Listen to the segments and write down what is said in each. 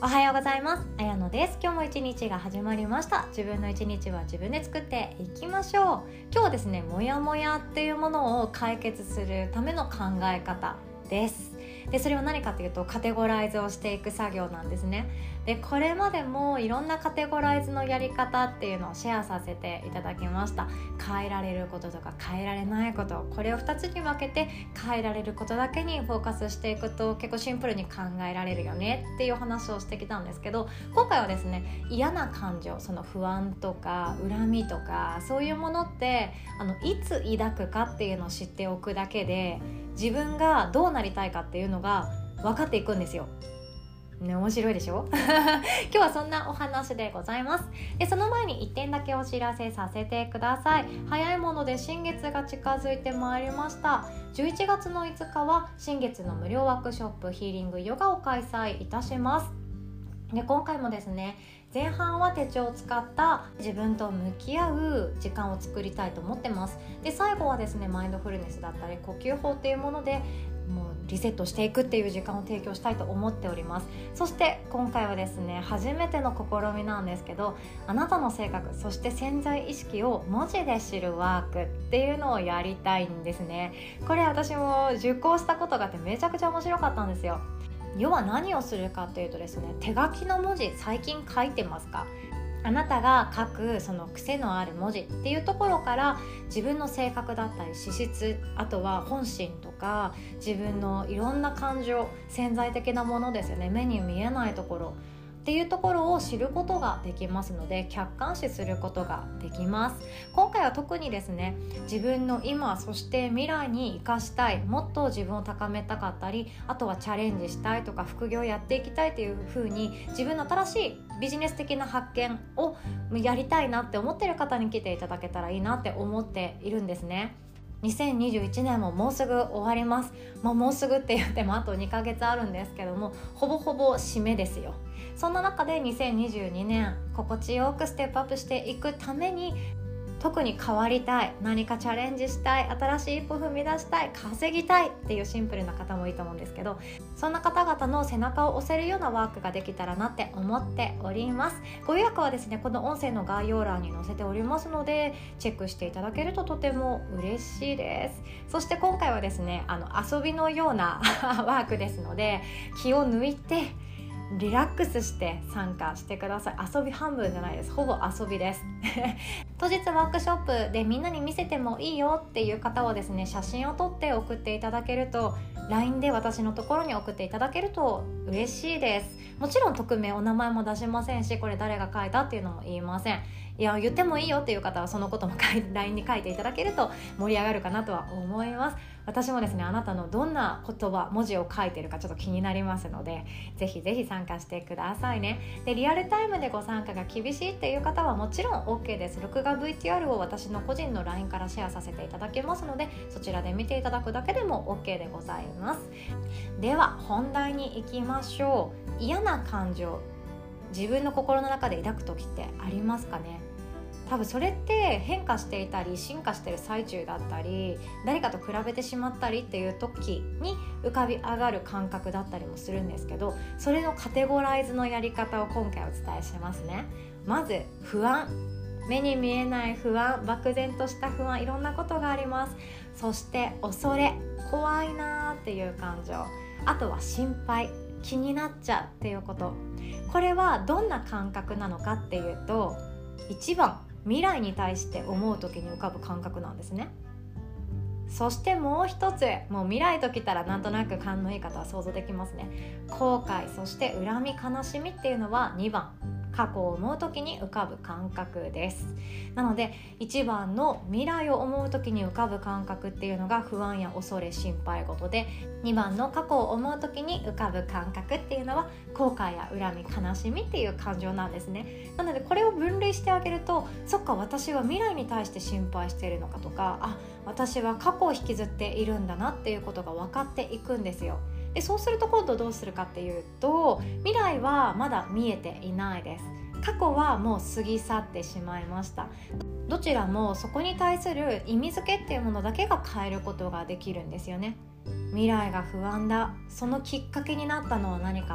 おはようございます。あやのです。今日も一日が始まりました。自分の一日は自分で作っていきましょう。今日はですね、モヤモヤっていうものを解決するための考え方です。でそれは何かというと、カテゴライズをしていく作業なんですね。でこれまでもいろんなカテゴライズのやり方っていうのをシェアさせていただきました。変えられることとか変えられないこと、これを2つに分けて、変えられることだけにフォーカスしていくと結構シンプルに考えられるよねっていう話をしてきたんですけど、今回はですね、嫌な感情、その不安とか恨みとかそういうものっていつ抱くかっていうのを知っておくだけで、自分がどうなりたいかっていうのが分かっていくんですよね。面白いでしょ今日はそんなお話でございます。でその前に1点だけお知らせさせてください。早いもので新月が近づいてまいりました。11月の5日は新月の無料ワークショップヒーリングヨガを開催いたします。で今回もですね、前半は手帳を使った自分と向き合う時間を作りたいと思ってます。で最後はですね、マインドフルネスだったり呼吸法っていうものでもうリセットしていくっていう時間を提供したいと思っております。そして今回はですね、初めての試みなんですけど、あなたの性格、そして潜在意識を文字で知るワークっていうのをやりたいんですね。これ私も受講したことがあってめちゃくちゃ面白かったんですよ。要は何をするかというとですね、手書きの文字最近書いてますか？あなたが書くその癖のある文字っていうところから、自分の性格だったり資質、あとは本心とか自分のいろんな感情、潜在的なものですよね、目に見えないところっていうところを知ることができますので、客観視することができます。今回は特にですね、自分の今そして未来に生かしたい、もっと自分を高めたかったり、あとはチャレンジしたいとか副業やっていきたいというふうに、自分の新しいビジネス的な発見をやりたいなって思っている方に来ていただけたらいいなって思っているんですね。2021年ももうすぐ終わります。もうすぐって言ってもあと2ヶ月あるんですけども、ほぼほぼ締めですよ。そんな中で2022年心地よくステップアップしていくために、特に変わりたい、何かチャレンジしたい、新しい一歩踏み出したい、稼ぎたいっていうシンプルな方もいいと思うんですけど、そんな方々の背中を押せるようなワークができたらなって思っております。ご予約はですね、この音声の概要欄に載せておりますので、チェックしていただけるととても嬉しいです。そして今回はですね、遊びのようなワークですので、気を抜いてリラックスして参加してください。遊び半分じゃないです、ほぼ遊びです当日ワークショップでみんなに見せてもいいよっていう方はですね、写真を撮って送っていただけると、 LINE で私のところに送っていただけると嬉しいです。もちろん匿名、お名前も出しませんし、これ誰が書いたっていうのも言いません。いや言ってもいいよっていう方はそのこともLINE に書いていただけると盛り上がるかなとは思います。私もですね、あなたのどんな言葉、文字を書いてるかちょっと気になりますので、ぜひぜひ参加してくださいね。でリアルタイムでご参加が厳しいっていう方はもちろん OK です。録画 VTR を私の個人の LINE からシェアさせていただけますので、そちらで見ていただくだけでも OK でございます。では本題に行きましょう。嫌な感情、自分の心の中で抱く時ってありますかね。多分それって変化していたり進化している最中だったり、誰かと比べてしまったりっていう時に浮かび上がる感覚だったりもするんですけど、それのカテゴライズのやり方を今回お伝えしますね。まず不安、目に見えない不安、漠然とした不安、いろんなことがあります。そして恐れ、怖いなっていう感情、あとは心配、気になっちゃうっていうこと。これはどんな感覚なのかっていうと、1番、未来に対して思う時に浮かぶ感覚なんですね。そしてもう一つ、もう未来ときたらなんとなく勘のいい方は想像できますね。後悔、そして恨み、悲しみっていうのは2番、過去を思う時に浮かぶ感覚です。なので1番の未来を思う時に浮かぶ感覚っていうのが不安や恐れ、心配事で、2番の過去を思う時に浮かぶ感覚っていうのは後悔や恨み、悲しみっていう感情なんですね。なのでこれを分類してあげると、そっか、私は未来に対して心配しているのかとか、あ、私は過去を引きずっているんだなっていうことが分かっていくんですよ。でそうすると今度どうするかっていうと、未来はまだ見えていないです。過去はもう過ぎ去ってしまいました。どちらもそこに対する意味付けっていうものだけが変えることができるんですよね。未来が不安だ、そのきっかけになったのは何か、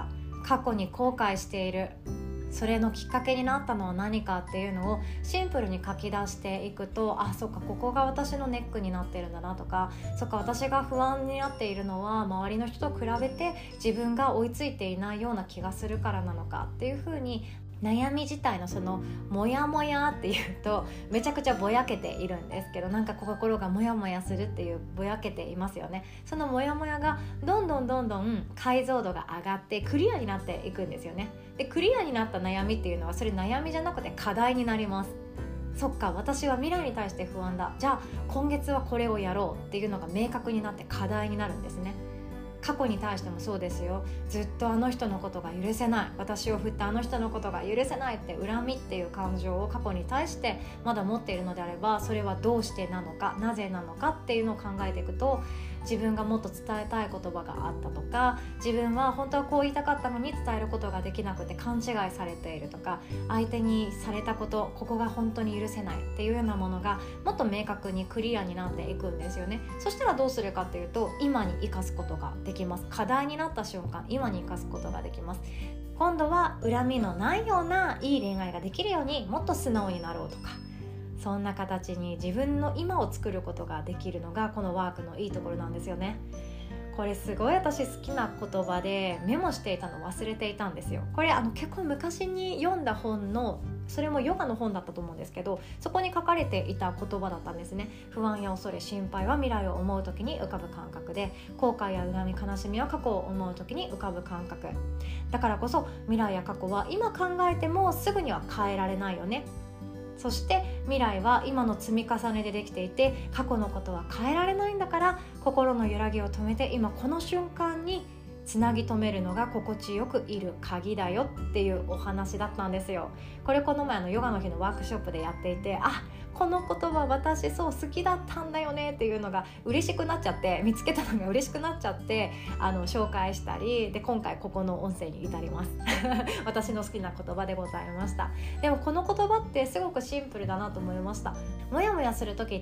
過去に後悔している、それのきっかけになったのは何かっていうのをシンプルに書き出していくと、あ、そっか、ここが私のネックになってるんだなとか、そっか、私が不安になっているのは周りの人と比べて自分が追いついていないような気がするからなのかっていう風に、悩み自体のそのモヤモヤっていうとめちゃくちゃぼやけているんですけど、なんか心がモヤモヤするっていうぼやけていますよね。そのモヤモヤがどんどん解像度が上がってクリアになっていくんですよね。でクリアになった悩みっていうのは、それ悩みじゃなくて課題になります。そっか、私は未来に対して不安だ、じゃあ今月はこれをやろうっていうのが明確になって課題になるんですね。過去に対してもそうですよ。ずっとあの人のことが許せない、私を振ったあの人のことが許せないって恨みっていう感情を過去に対してまだ持っているのであれば、それはどうしてなのか、なぜなのかっていうのを考えていくと、自分がもっと伝えたい言葉があったとか、自分は本当はこう言いたかったのに伝えることができなくて勘違いされているとか、相手にされたこと、ここが本当に許せないっていうようなものがもっと明確にクリアになっていくんですよね。そしたらどうするかっていうと、今に生かすことができます。課題になった瞬間、今に生かすことができます。今度は恨みのないようないい恋愛ができるようにもっと素直になろうとか、そんな形に自分の今を作ることができるのがこのワークのいいところなんですよね。これすごい私好きな言葉で、メモしていたの忘れていたんですよ。これ結構昔に読んだ本の、それもヨガの本だったと思うんですけど、そこに書かれていた言葉だったんですね。不安や恐れ、心配は未来を思う時に浮かぶ感覚で、後悔や恨み、悲しみは過去を思う時に浮かぶ感覚だからこそ、未来や過去は今考えてもすぐには変えられないよね。そして未来は今の積み重ねでできていて、過去のことは変えられないんだから、心の揺らぎを止めて今この瞬間につなぎ止めるのが心地よくいる鍵だよっていうお話だったんですよ。これこの前ヨガの日のワークショップでやっていて、あ、この言葉私そう好きだったんだよねっていうのが嬉しくなっちゃって、見つけたのが嬉しくなっちゃって、紹介したりで、今回ここの音声に至ります私の好きな言葉でございました。でもこの言葉ってすごくシンプルだなと思いました。もやもやする時って、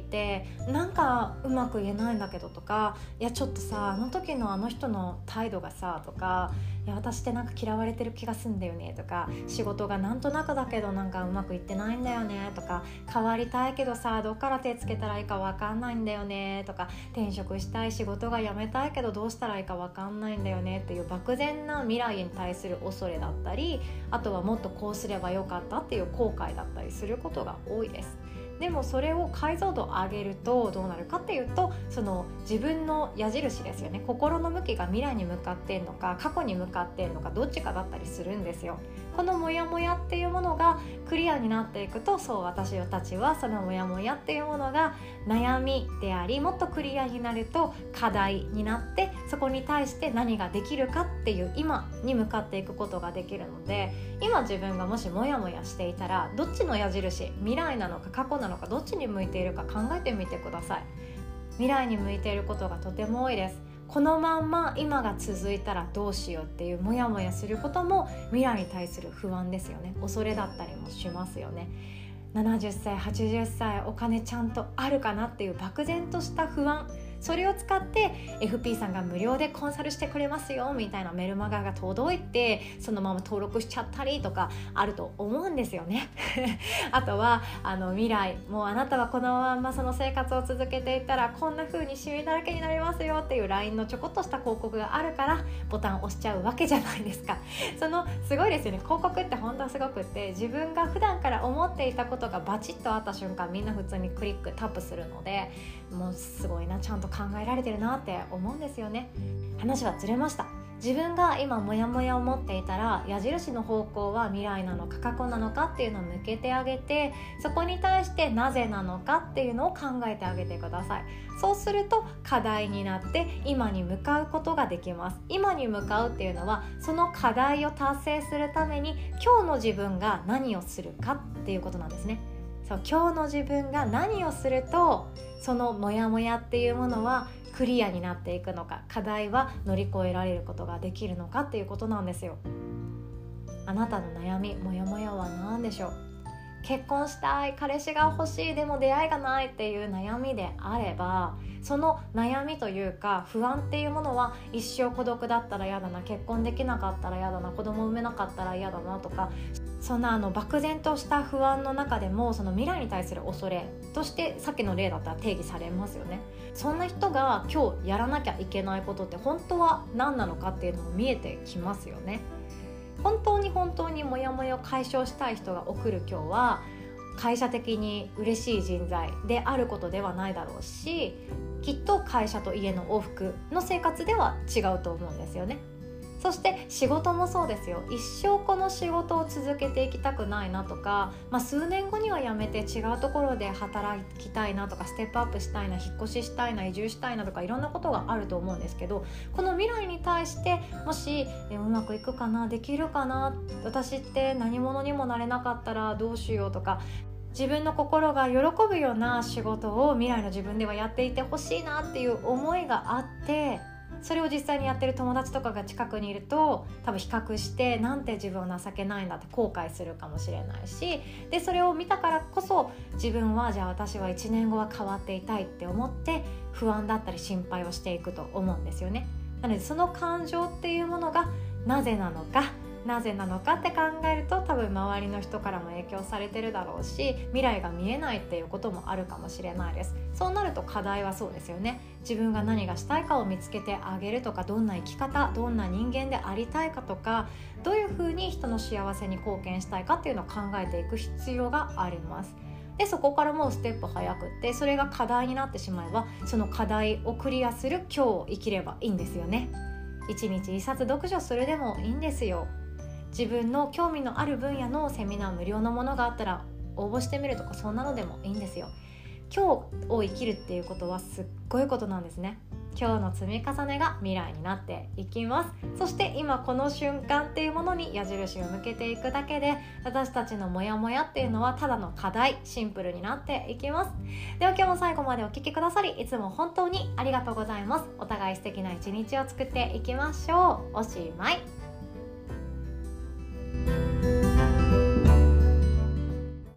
なんかうまく言えないんだけどとか、いやちょっとさ、あの時のあの人の態度がさとか、いや私ってなんか嫌われてる気がすんだよねとか、仕事がなんとなくだけどなんかうまくいってないんだよねとか、変わりたいけどさ、どっから手つけたらいいか分かんないんだよねとか、転職したい、仕事が辞めたいけどどうしたらいいか分かんないんだよねっていう漠然な未来に対する恐れだったり、あとはもっとこうすればよかったっていう後悔だったりすることが多いです。でもそれを解像度を上げるとどうなるかっていうと、その自分の矢印ですよね。心の向きが未来に向かっているのか過去に向かっているのか、どっちかだったりするんですよ。このモヤモヤっていうものがクリアになっていくと、そう、私たちはそのモヤモヤっていうものが悩みであり、もっとクリアになると課題になって、そこに対して何ができるかっていう今に向かっていくことができるので、今自分がもしモヤモヤしていたら、どっちの矢印、未来なのか過去なのか、どっちに向いているか考えてみてください。未来に向いていることがとても多いです。このまんま今が続いたらどうしようっていうモヤモヤすることも未来に対する不安ですよね。恐れだったりもしますよね。70歳80歳お金ちゃんとあるかなっていう漠然とした不安、それを使って FP さんが無料でコンサルしてくれますよみたいなメルマガが届いて、そのまま登録しちゃったりとかあると思うんですよねあとは未来、もうあなたはこのままその生活を続けていったらこんな風にシミだらけになりますよっていう LINE のちょこっとした広告があるからボタンを押しちゃうわけじゃないですか。すごいですよね。広告って本当はすごくって、自分が普段から思っていたことがバチッとあった瞬間、みんな普通にクリックタップするので、もうすごいな、ちゃんと考えられてるなって思うんですよね。話はずれました。自分が今モヤモヤを持っていたら、矢印の方向は未来なのか過去なのかっていうのを向けてあげて、そこに対してなぜなのかっていうのを考えてあげてください。そうすると課題になって今に向かうことができます。今に向かうっていうのは、その課題を達成するために今日の自分が何をするかっていうことなんですね。そう、今日の自分が何をするとそのモヤモヤっていうものはクリアになっていくのか、課題は乗り越えられることができるのかっていうことなんですよ。あなたの悩み、モヤモヤは何でしょう。 結婚したい、彼氏が欲しい、でも出会いがないっていう悩みであれば、その悩みというか不安っていうものは、一生孤独だったら嫌だな、結婚できなかったら嫌だな、子供産めなかったら嫌だなとか、そんな漠然とした不安の中でも、その未来に対する恐れとしてさっきの例だったら定義されますよね。そんな人が今日やらなきゃいけないことって本当は何なのかっていうのも見えてきますよね。本当にモヤモヤを解消したい人が送る今日は、会社的に嬉しい人材であることではないだろうし、きっと会社と家の往復の生活では違うと思うんですよね。そして仕事もそうですよ。一生この仕事を続けていきたくないなとか、数年後には辞めて違うところで働きたいなとか、ステップアップしたいな、引っ越ししたいな、移住したいなとか、いろんなことがあると思うんですけど、この未来に対してもしうまくいくかな、できるかな、私って何者にもなれなかったらどうしようとか、自分の心が喜ぶような仕事を未来の自分ではやっていてほしいなっていう思いがあって、それを実際にやってる友達とかが近くにいると、多分比較して、なんて自分は情けないんだって後悔するかもしれないし、でそれを見たからこそ、自分はじゃあ私は1年後は変わっていたいって思って不安だったり心配をしていくと思うんですよね。なのでその感情っていうものがなぜなのかって考えると、多分周りの人からも影響されてるだろうし、未来が見えないっていうこともあるかもしれないです。そうなると課題はそうですよね。自分が何がしたいかを見つけてあげるとか、どんな生き方、どんな人間でありたいかとか、どういうふうに人の幸せに貢献したいかっていうのを考えていく必要があります。でそこからもうステップ早くって、それが課題になってしまえば、その課題をクリアする今日を生きればいいんですよね。1日1冊読書するでもいいんですよ。自分の興味のある分野のセミナー無料のものがあったら応募してみるとか、そんなのでもいいんですよ。今日を生きるっていうことはすっごいことなんですね。今日の積み重ねが未来になっていきます。そして今この瞬間っていうものに矢印を向けていくだけで、私たちのモヤモヤっていうのはただの課題、シンプルになっていきます。では今日も最後までお聞きくださり、いつも本当にありがとうございます。お互い素敵な一日を作っていきましょう。おしまい。